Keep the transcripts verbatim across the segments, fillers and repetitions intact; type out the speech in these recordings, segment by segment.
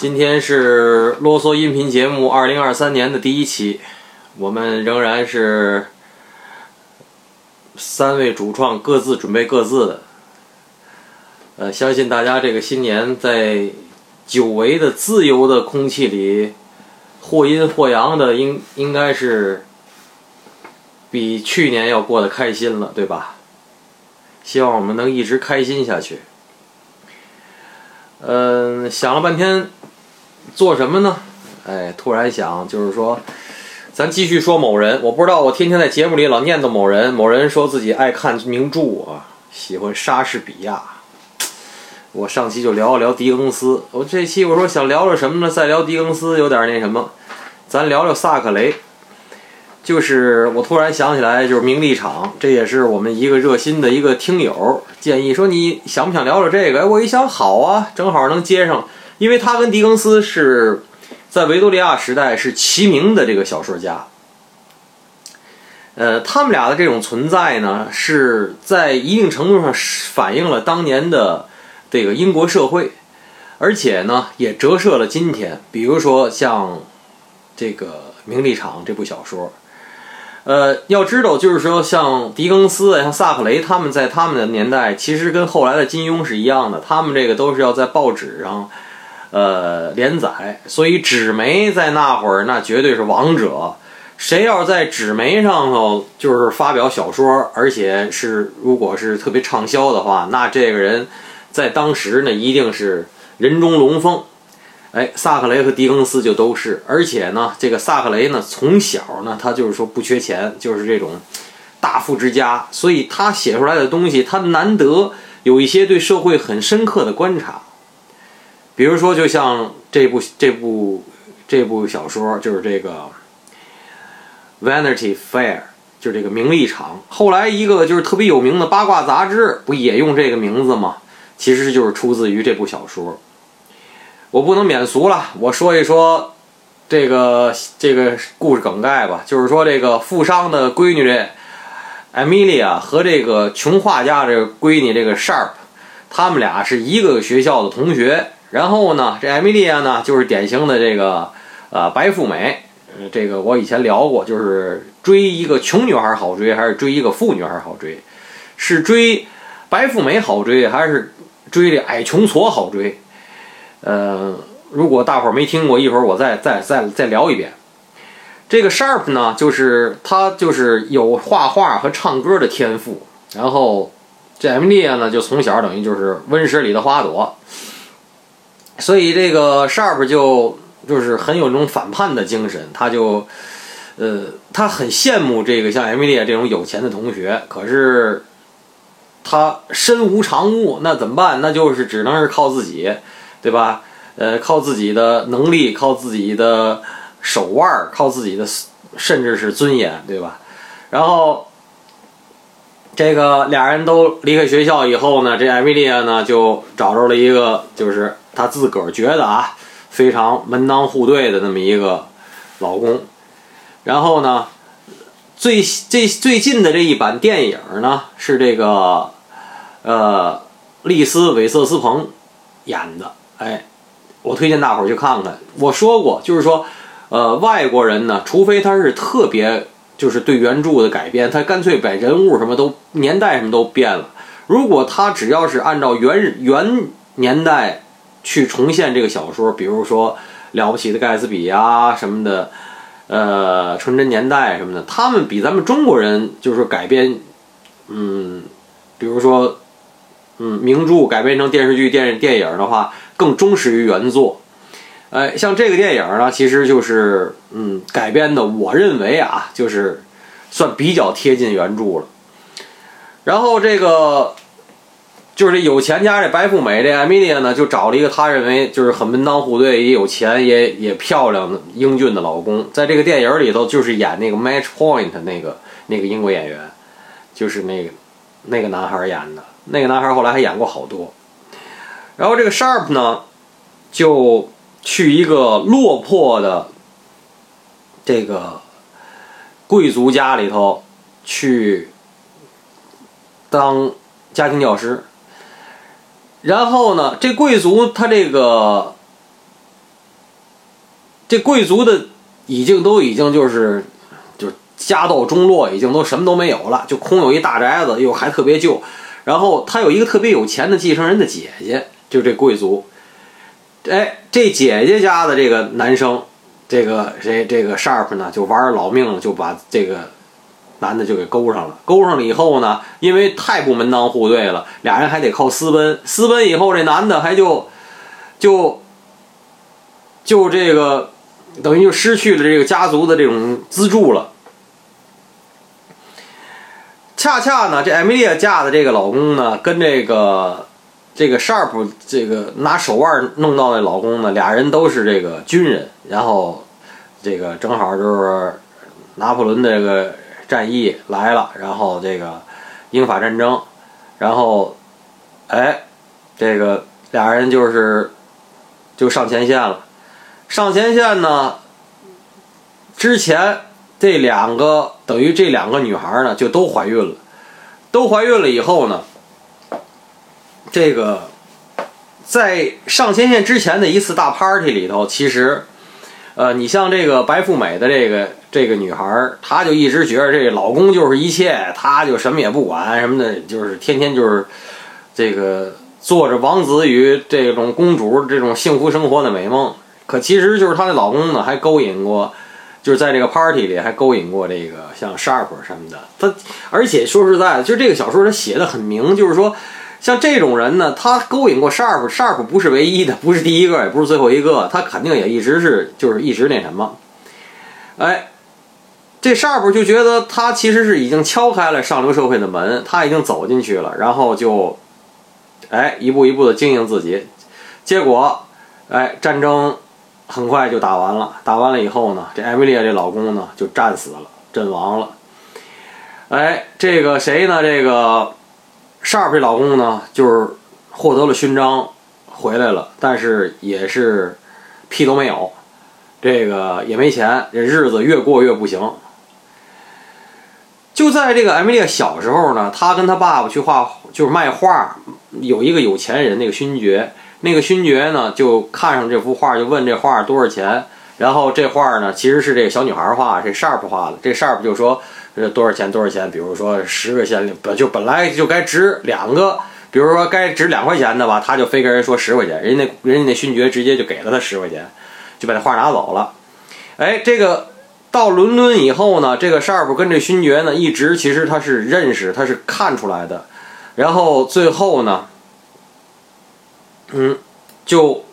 今天是啰嗦音频节目二零二三年的第一期，我们仍然是三位主创各自准备各自的。呃，相信大家这个新年在久违的自由的空气里，或阴或阳的应应该是比去年要过得开心了，对吧？希望我们能一直开心下去。嗯、呃，想了半天做什么呢？哎，突然想，就是说咱继续说某人。我不知道，我天天在节目里老念叨某人，某人说自己爱看名著啊，喜欢莎士比亚。我上期就聊一聊狄更斯，我这期我说想聊聊什么呢？再聊狄更斯有点那什么，咱聊聊萨克雷。就是我突然想起来，就是名利场，这也是我们一个热心的一个听友建议说，你想不想聊聊这个？哎，我一想好啊，正好能接上，因为他跟狄更斯是在维多利亚时代是齐名的这个小说家。呃，他们俩的这种存在呢，是在一定程度上反映了当年的这个英国社会，而且呢，也折射了今天。比如说像这个《名利场》这部小说。呃，要知道，就是说，像狄更斯、像萨克雷，他们在他们的年代，其实跟后来的金庸是一样的，他们这个都是要在报纸上，呃，连载，所以纸媒在那会儿那绝对是王者。谁要是在纸媒上头就是发表小说，而且是如果是特别畅销的话，那这个人在当时呢一定是人中龙凤。哎，萨克雷和狄更斯就都是，而且呢，这个萨克雷呢，从小呢，他就是说不缺钱，就是这种大富之家，所以他写出来的东西，他难得有一些对社会很深刻的观察。比如说，就像这部这部这部小说，就是这个《Vanity Fair》，就是这个名利场。后来一个就是特别有名的八卦杂志，不也用这个名字吗？其实就是出自于这部小说。我不能免俗了，我说一说这个这个故事梗概吧。就是说，这个富商的闺女这艾米莉亚和这个穷画家这个闺女这个 Sharp， 他们俩是一个学校的同学。然后呢，这艾米莉亚呢就是典型的这个呃白富美。这个我以前聊过，就是追一个穷女孩好追，还是追一个富女孩好追？是追白富美好追，还是追这矮穷矬好追？呃，如果大伙儿没听过，一会儿我再再再再聊一遍。这个 Sharp 呢，就是他就是有画画和唱歌的天赋，然后这 Emilia 呢，就从小等于就是温室里的花朵，所以这个 Sharp 就就是很有这种反叛的精神，他就呃他很羡慕这个像 Emilia 这种有钱的同学，可是他身无长物，那怎么办？那就是只能是靠自己。对吧？呃，靠自己的能力，靠自己的手腕，靠自己的甚至是尊严，对吧？然后这个俩人都离开学校以后呢，这艾米莉亚呢就找着了一个，就是她自个儿觉得啊非常门当户对的那么一个老公。然后呢，最这最近的这一版电影呢是这个呃丽丝·韦瑟斯彭演的。哎，我推荐大伙儿去看看。我说过，就是说，呃，外国人呢，除非他是特别就是对原著的改编，他干脆把人物什么都年代什么都变了。如果他只要是按照原原年代去重现这个小说，比如说《了不起的盖茨比》啊什么的，呃，《纯真年代》什么的，他们比咱们中国人就是改编，嗯，比如说，嗯，名著改编成电视剧、电电影的话，更忠实于原作。呃，像这个电影呢，其实就是嗯改编的，我认为啊，就是算比较贴近原著了。然后这个就是这有钱家这白富美这艾米莉亚呢，就找了一个她认为就是很门当户对、也有钱、也也漂亮的英俊的老公。在这个电影里头，就是演那个 Match Point 那个那个英国演员，就是那个那个男孩演的。那个男孩后来还演过好多。然后这个 Sharp 呢，就去一个落魄的这个贵族家里头去当家庭教师。然后呢，这贵族他这个这贵族的已经都已经就是就家道中落，已经都什么都没有了，就空有一大宅子，又还特别旧。然后他有一个特别有钱的继承人的姐姐，就这贵族。哎，这姐姐家的这个男生，这个谁这个 Sharp 呢，就玩老命了，就把这个男的就给勾上了。勾上了以后呢，因为太不门当户对了，俩人还得靠私奔。私奔以后，这男的还就就就这个等于就失去了这个家族的这种资助了。恰恰呢，这艾米莉亚嫁的这个老公呢，跟这个这个 Sharp 这个拿手腕弄到的老公呢，俩人都是这个军人，然后这个正好就是拿破仑的这个战役来了，然后这个英法战争，然后哎，这个俩人就是就上前线了。上前线呢，之前这两个等于这两个女孩呢就都怀孕了，都怀孕了以后呢，这个在上前线之前的一次大 party 里头，其实呃，你像这个白富美的这个这个女孩，她就一直觉得这老公就是一切，她就什么也不管什么的，就是天天就是这个做着王子与这种公主这种幸福生活的美梦。可其实就是她的老公呢，还勾引过，就是在这个 party 里还勾引过这个像 Sharp 什么的。他而且说实在的，就这个小说他写的很明，就是说像这种人呢，他勾引过 Sharp， Sharp 不是唯一的，不是第一个，也不是最后一个，他肯定也一直是就是一直那什么。哎，这 Sharp 就觉得他其实是已经敲开了上流社会的门，他已经走进去了，然后就哎一步一步的经营自己。结果哎战争很快就打完了，打完了以后呢，这艾米莉亚这老公呢就战死了，阵亡了。哎，这个谁呢？这个 Sharp 这老公呢，就是获得了勋章回来了，但是也是屁都没有，这个也没钱，这日子越过越不行。就在这个艾米莉亚小时候呢，她跟她爸爸去画，就是卖画，有一个有钱人，那个勋爵。那个勋爵呢就看上这幅画，就问这画多少钱。然后这画呢其实是这个小女孩画，这 Sharp 画的。这 Sharp 就说这多少钱多少钱，比如说十个先令，就本来就该值两个，比如说该值两块钱的吧，他就非跟人说十块钱，人家那人家那勋爵直接就给了他十块钱，就把那画拿走了。哎，这个到伦敦以后呢，这个 Sharp 跟这勋爵呢一直其实他是认识，他是看出来的。然后最后呢嗯，就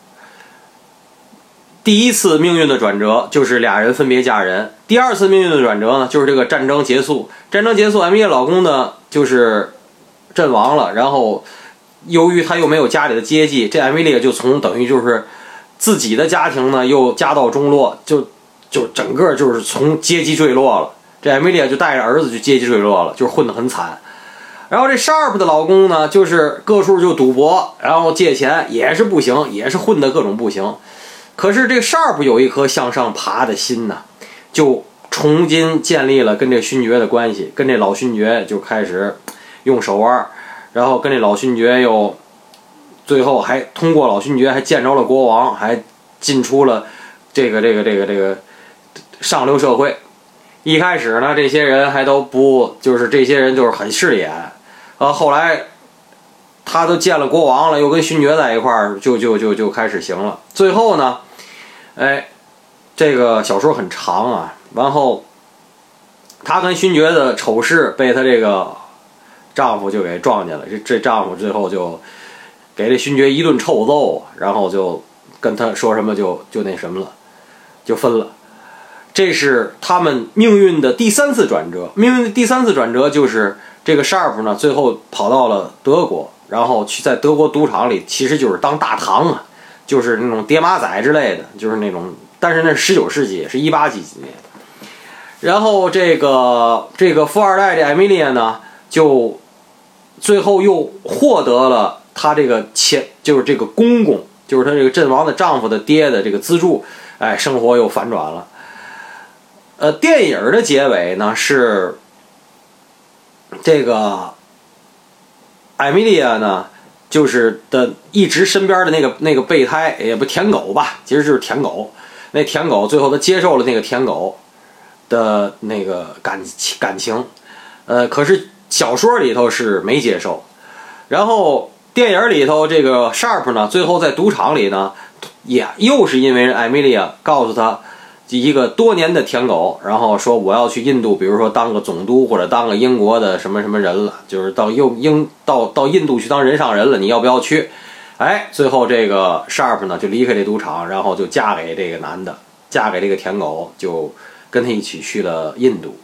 第一次命运的转折就是俩人分别嫁人。第二次命运的转折呢，就是这个战争结束。战争结束，艾米莉老公呢就是阵亡了，然后由于他又没有家里的接济，这艾米莉就从等于就是自己的家庭呢又家道中落，就就整个就是从阶级坠落了。这艾米莉就带着儿子就阶级坠落了，就是混得很惨。然后这 Sharp 的老公呢，就是各处就赌博，然后借钱也是不行，也是混得各种不行。可是这个 Sharp 有一颗向上爬的心呢，就重新建立了跟这勋爵的关系，跟这老勋爵就开始用手腕，然后跟这老勋爵又最后还通过老勋爵还见着了国王，还进出了这个这个这个这个上流社会。一开始呢，这些人还都不就是这些人就是很势利眼。呃，后来他都见了国王了，又跟勋爵在一块儿，就就就就开始行了。最后呢，哎，这个小说很长啊，然后他跟勋爵的丑事被他这个丈夫就给撞见了，这这丈夫最后就给这勋爵一顿臭揍，然后就跟他说什么就就那什么了，就分了。这是他们命运的第三次转折。命运的第三次转折就是这个 Sharp 呢，最后跑到了德国，然后去在德国赌场里，其实就是当大堂啊，就是那种叠马仔之类的，就是那种，但是那是十九世纪，是一八几几年。然后这个这个富二代这艾米莉亚呢，就最后又获得了他这个前就是这个公公，就是他这个阵亡的丈夫的爹的这个资助，哎，生活又反转了。呃，电影的结尾呢是这个艾米莉亚呢，就是的一直身边的那个那个备胎，也不舔狗吧，其实就是舔狗， 那舔狗最后他接受了那个舔狗的那个感感情，呃，可是小说里头是没接受。然后电影里头这个 Sharp 呢，最后在赌场里呢，也又是因为艾米莉亚告诉他一个多年的舔狗，然后说我要去印度，比如说当个总督或者当个英国的什么什么人了，就是到英英到到印度去当人上人了，你要不要去？哎，最后这个 Sharp 呢就离开这赌场，然后就嫁给这个男的，嫁给这个舔狗，就跟他一起去了印度。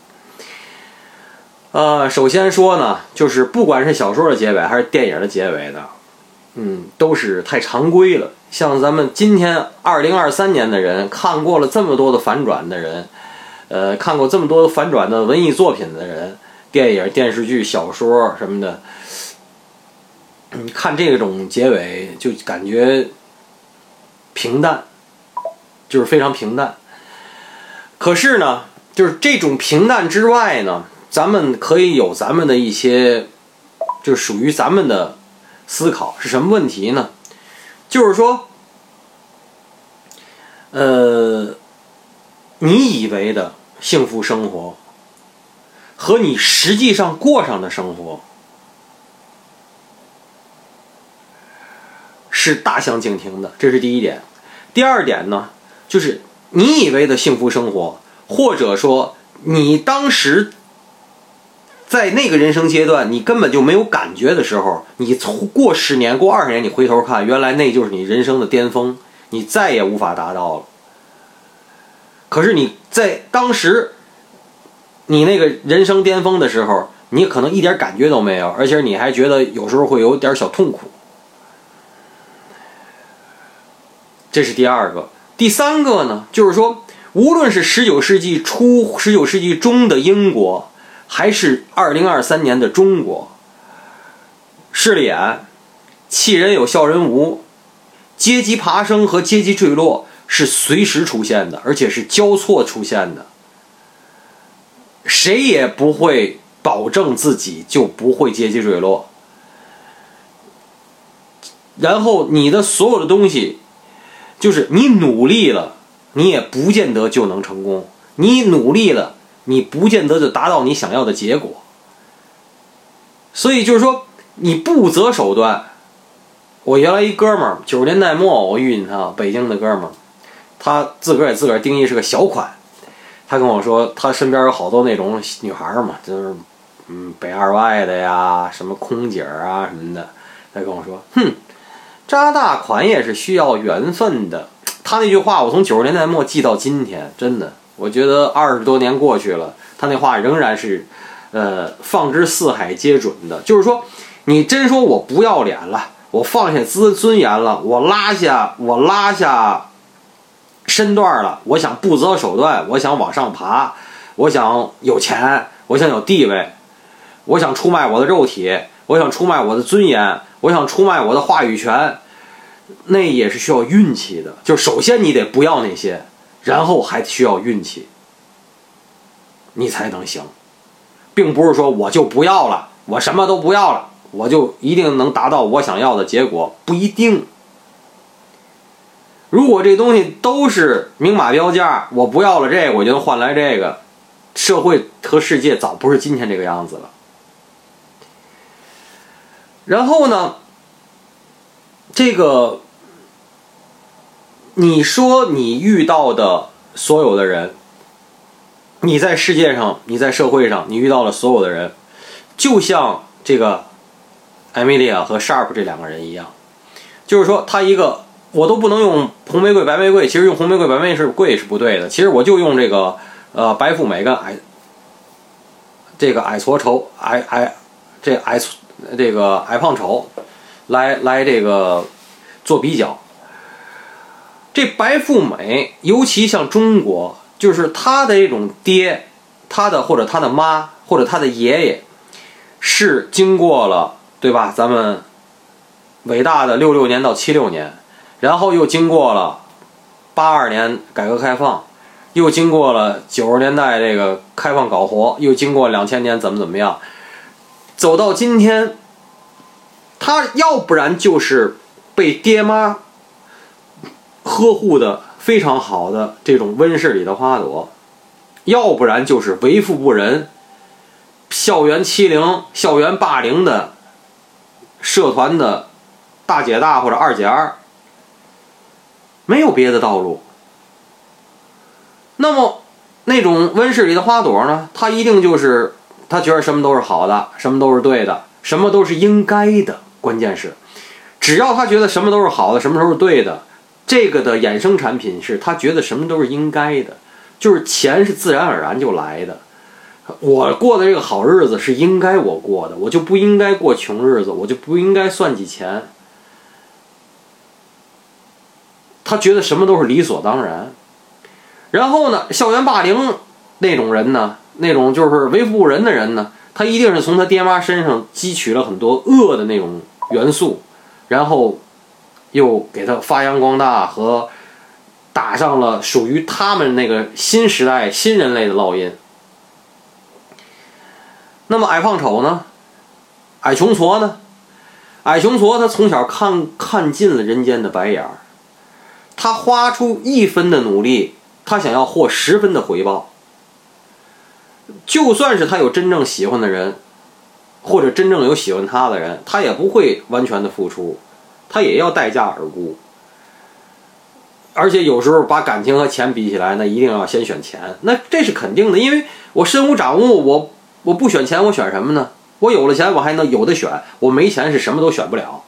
呃，首先说呢，就是不管是小说的结尾还是电影的结尾呢，嗯，都是太常规了。像咱们今天二零二三年的人，看过了这么多的反转的人，呃，看过这么多反转的文艺作品的人，电影、电视剧、小说什么的，嗯，看这种结尾就感觉平淡，就是非常平淡。可是呢，就是这种平淡之外呢，咱们可以有咱们的一些，就属于咱们的思考。是什么问题呢？就是说，呃，你以为的幸福生活和你实际上过上的生活是大相径庭的，这是第一点。第二点呢，就是你以为的幸福生活，或者说你当时在那个人生阶段你根本就没有感觉的时候，你过十年过二十年你回头看，原来那就是你人生的巅峰，你再也无法达到了。可是你在当时你那个人生巅峰的时候，你可能一点感觉都没有，而且你还觉得有时候会有点小痛苦。这是第二个。第三个呢，就是说无论是十九世纪初十九世纪中的英国，还是二零二三年的中国，势利眼、弃人有笑人无，阶级爬升和阶级坠落是随时出现的，而且是交错出现的。谁也不会保证自己就不会阶级坠落。然后你的所有的东西，就是你努力了，你也不见得就能成功。你努力了，你不见得就达到你想要的结果。所以就是说，你不择手段。我原来一哥们儿，九十年代末我遇见他，北京的哥们儿，他自个儿也自个儿定义是个小款。他跟我说，他身边有好多那种女孩嘛，就是嗯北二外的呀，什么空姐啊什么的。他跟我说，哼，扎大款也是需要缘分的。他那句话我从九十年代末记到今天，真的，我觉得二十多年过去了，他那话仍然是，呃，放之四海皆准的。就是说，你真说我不要脸了，我放下尊尊严了，我拉下我拉下身段了，我想不择手段，我想往上爬，我想有钱，我想有地位，我想出卖我的肉体，我想出卖我的尊严，我想出卖我的话语权，那也是需要运气的。就首先你得不要那些，然后还需要运气，你才能行。并不是说我就不要了，我什么都不要了，我就一定能达到我想要的结果，不一定。如果这东西都是明码标价，我不要了这个我就能换来这个，社会和世界早不是今天这个样子了。然后呢，这个你说你遇到的所有的人，你在世界上，你在社会上，你遇到了所有的人，就像这个艾米莉亚和 Sharp 这两个人一样，就是说他一个我都不能用红玫瑰白玫瑰，其实用红玫瑰白玫瑰是不对的，其实我就用这个呃白富美跟矮这个矮矬丑矮矮这矮这个矮胖丑来来这个做比较。这白富美，尤其像中国，就是他的这种爹，他的或者他的妈或者他的爷爷，是经过了对吧？咱们伟大的六六年到七六年。然后又经过了八二年改革开放，又经过了九十年代这个开放搞活，又经过两千年怎么怎么样，走到今天，他要不然就是被爹妈呵护的非非常好的这种温室里的花朵，要不然就是为富不仁、校园欺凌、校园霸凌的社团的大姐大或者二姐二，没有别的道路。那么那种温室里的花朵呢，他一定就是他觉得什么都是好的，什么都是对的，什么都是应该的。关键是只要他觉得什么都是好的，什么都是对的，这个的衍生产品是他觉得什么都是应该的，就是钱是自然而然就来的。我过的这个好日子是应该我过的，我就不应该过穷日子，我就不应该算计钱。他觉得什么都是理所当然。然后呢，校园霸凌那种人呢，那种就是为富不仁的人呢，他一定是从他爹妈身上汲取了很多恶的那种元素，然后又给他发扬光大和打上了属于他们那个新时代新人类的烙印。那么矮胖丑呢，矮穷矬呢，矮穷矬他从小看看尽了人间的白眼儿，他花出一分的努力，他想要获十分的回报。就算是他有真正喜欢的人，或者真正有喜欢他的人，他也不会完全的付出，他也要待价而沽。而且有时候把感情和钱比起来，那一定要先选钱，那这是肯定的，因为我身无长物，我我不选钱，我选什么呢？我有了钱，我还能有的选，我没钱是什么都选不了。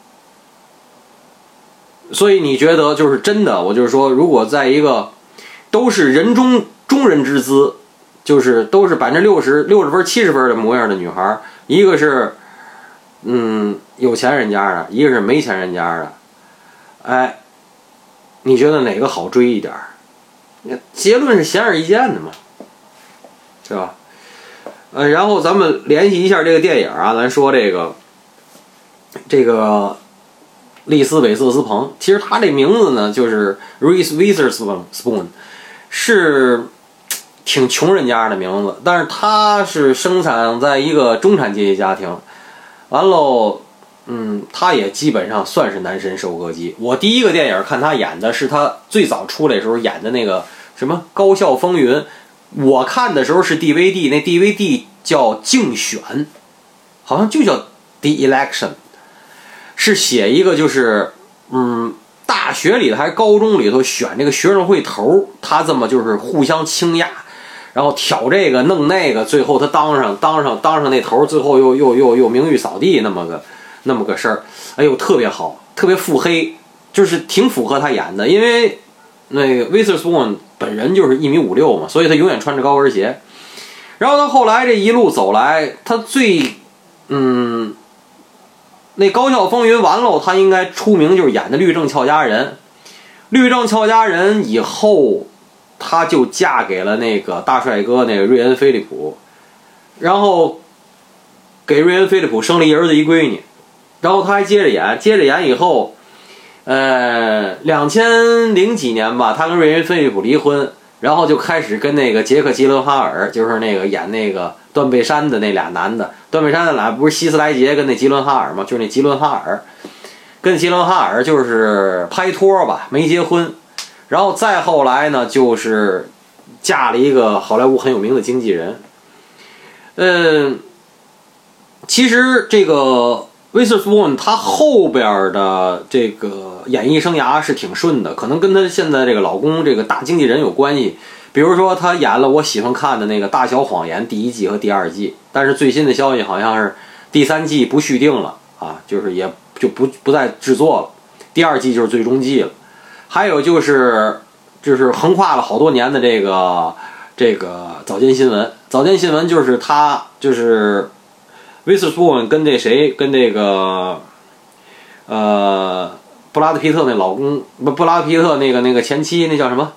所以你觉得就是真的，我就是说，如果在一个都是人中中人之姿，就是都是百分之六十六十分七十分的模样的女孩，一个是嗯有钱人家的，一个是没钱人家的，哎，你觉得哪个好追一点？结论是显而易见的嘛，是吧？呃，然后咱们联系一下这个电影啊，咱说这个这个丽丝韦瑟斯彭，其实他这名字呢就是 Reese Witherspoon， 是挺穷人家的名字，但是他是生产在一个中产阶级家庭，完喽，嗯，他也基本上算是男神收割机。我第一个电影看他演的是他最早出来的时候演的那个什么《高校风云》，我看的时候是 D V D， 那 D V D 叫竞选，好像就叫 The Election， 是写一个就是嗯大学里头还是高中里头选这个学生会头，他这么就是互相倾轧，然后挑这个弄那个，最后他当上当上当上那头，最后又又又又名誉扫地那么个那么个事儿，哎呦特别好，特别腹黑，就是挺符合他演的，因为那个 Witherspoon 本人就是一米五六嘛，所以他永远穿着高跟鞋。然后他后来这一路走来，他最嗯那高校风云完了，他应该出名就是演的律政俏佳人。律政俏佳人以后，他就嫁给了那个大帅哥那个瑞恩菲利普，然后给瑞恩菲利普生了一儿子一闺女，然后他还接着演，接着演以后，呃，两千零几年吧，他跟瑞恩菲利普离婚，然后就开始跟那个杰克吉伦哈尔，就是那个演那个断背山的那俩男的，断背山的俩不是希斯莱杰跟那吉伦哈尔吗？就是那吉伦哈尔，跟吉伦哈尔就是拍拖吧，没结婚。然后再后来呢，就是嫁了一个好莱坞很有名的经纪人。嗯，其实这个威瑟斯波恩他后边的这个演艺生涯是挺顺的，可能跟他现在这个老公这个大经纪人有关系。比如说他演了我喜欢看的那个《大小谎言》第一季和第二季，但是最新的消息好像是第三季不续订了啊，就是也就不不再制作了，第二季就是最终季了。还有就是就是横跨了好多年的这个这个早间新闻，早间新闻就是他就是威斯布恩跟这谁跟这个呃布拉德皮特那老公不布拉德皮特那个那个前妻那叫什么？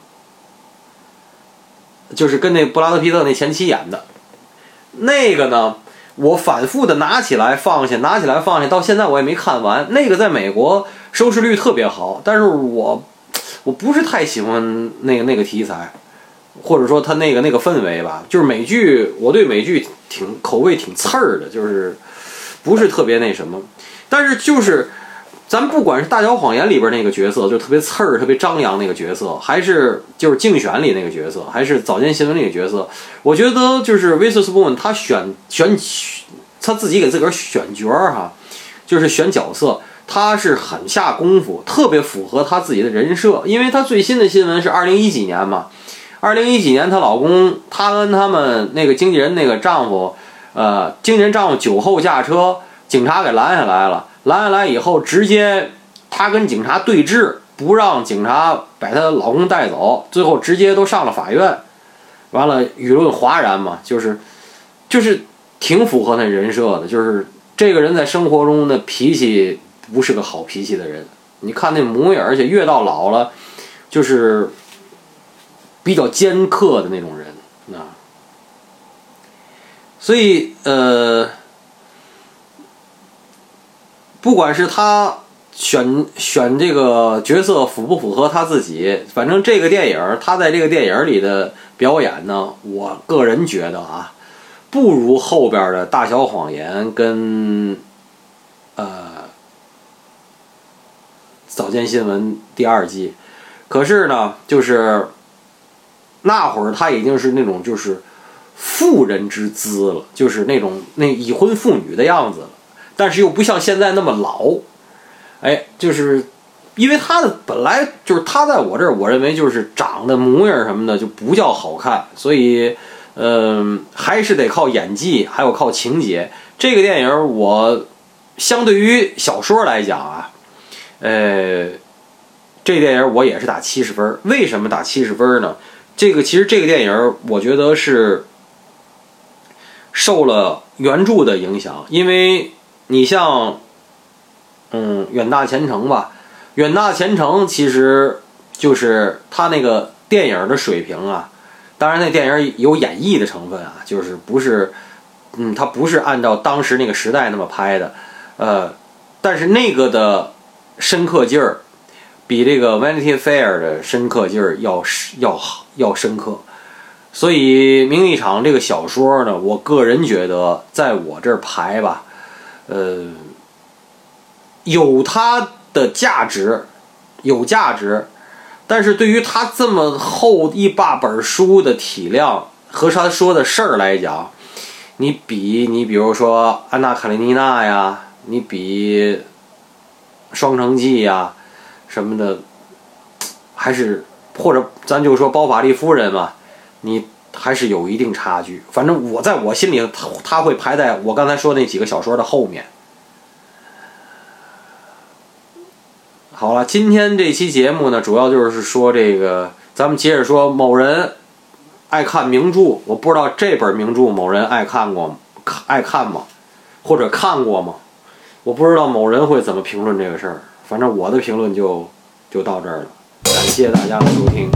就是跟那布拉德皮特那前妻演的那个呢，我反复的拿起来放下，拿起来放下，到现在我也没看完。那个在美国收视率特别好，但是我我不是太喜欢那个那个题材，或者说他那个那个氛围吧。就是美剧，我对美剧挺口味挺刺儿的，就是不是特别那什么。但是就是咱不管是《大小谎言》里边那个角色，就特别刺儿、特别张扬那个角色，还是就是竞选里那个角色，还是早间新闻那个角色，我觉得就是威斯斯布恩他选选他自己给自个儿选角儿哈，就是选角色，他是很下功夫，特别符合他自己的人设。因为他最新的新闻是二零一几年嘛，二零一几年她老公，她跟他们那个经纪人那个丈夫，呃，经纪人丈夫酒后驾车，警察给拦下来了。拦下来以后，直接她跟警察对峙，不让警察把她老公带走，最后直接都上了法院。完了，舆论哗然嘛，就是就是挺符合那人设的，就是这个人在生活中的脾气不是个好脾气的人。你看那模样，而且越到老了，就是比较尖刻的那种人啊。所以呃。不管是他选选这个角色符不符合他自己，反正这个电影他在这个电影里的表演呢，我个人觉得啊，不如后边的大小谎言跟呃早间新闻第二季。可是呢，就是那会儿他已经是那种就是妇人之姿了，就是那种那已婚妇女的样子了。但是又不像现在那么老，哎，就是因为他的本来就是他在我这儿，我认为就是长得模样什么的就不叫好看，所以嗯、呃，还是得靠演技，还有靠情节。这个电影我相对于小说来讲啊，呃，这个电影我也是打七十分。为什么打七十分呢？这个其实这个电影我觉得是受了原著的影响，因为你像，嗯，远大前程吧，远大前程其实就是他那个电影的水平啊，当然那电影有演绎的成分啊，就是不是，嗯，他不是按照当时那个时代那么拍的，呃，但是那个的深刻劲儿，比这个 Vanity Fair 的深刻劲儿要要要深刻。所以名利场这个小说呢，我个人觉得在我这儿排吧。呃，有它的价值，有价值，但是对于他这么厚一大本书的体量和他说的事儿来讲，你比你比如说安娜卡列尼娜呀，你比双城记呀什么的，还是或者咱就说包法利夫人嘛，你还是有一定差距。反正我在我心里他他会排在我刚才说那几个小说的后面。好了，今天这期节目呢，主要就是说这个，咱们接着说某人爱看名著，我不知道这本名著某人爱看过爱看吗？或者看过吗？我不知道某人会怎么评论这个事儿。反正我的评论就就到这儿了，感谢大家的收听。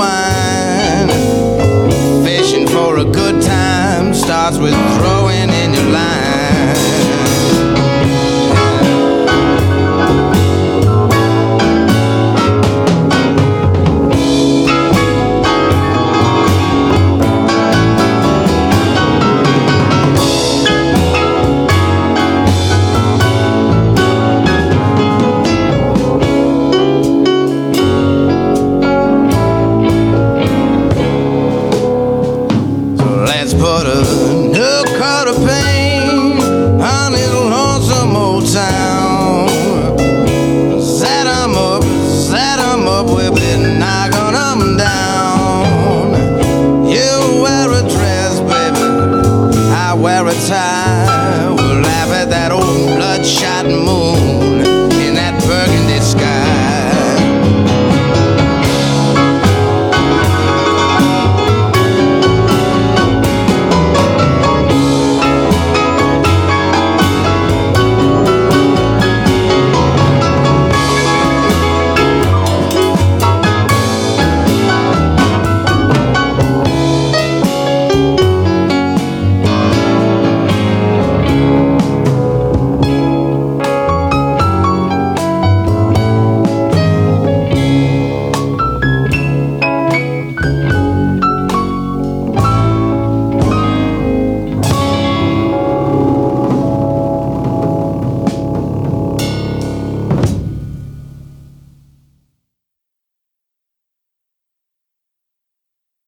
With throwing in time.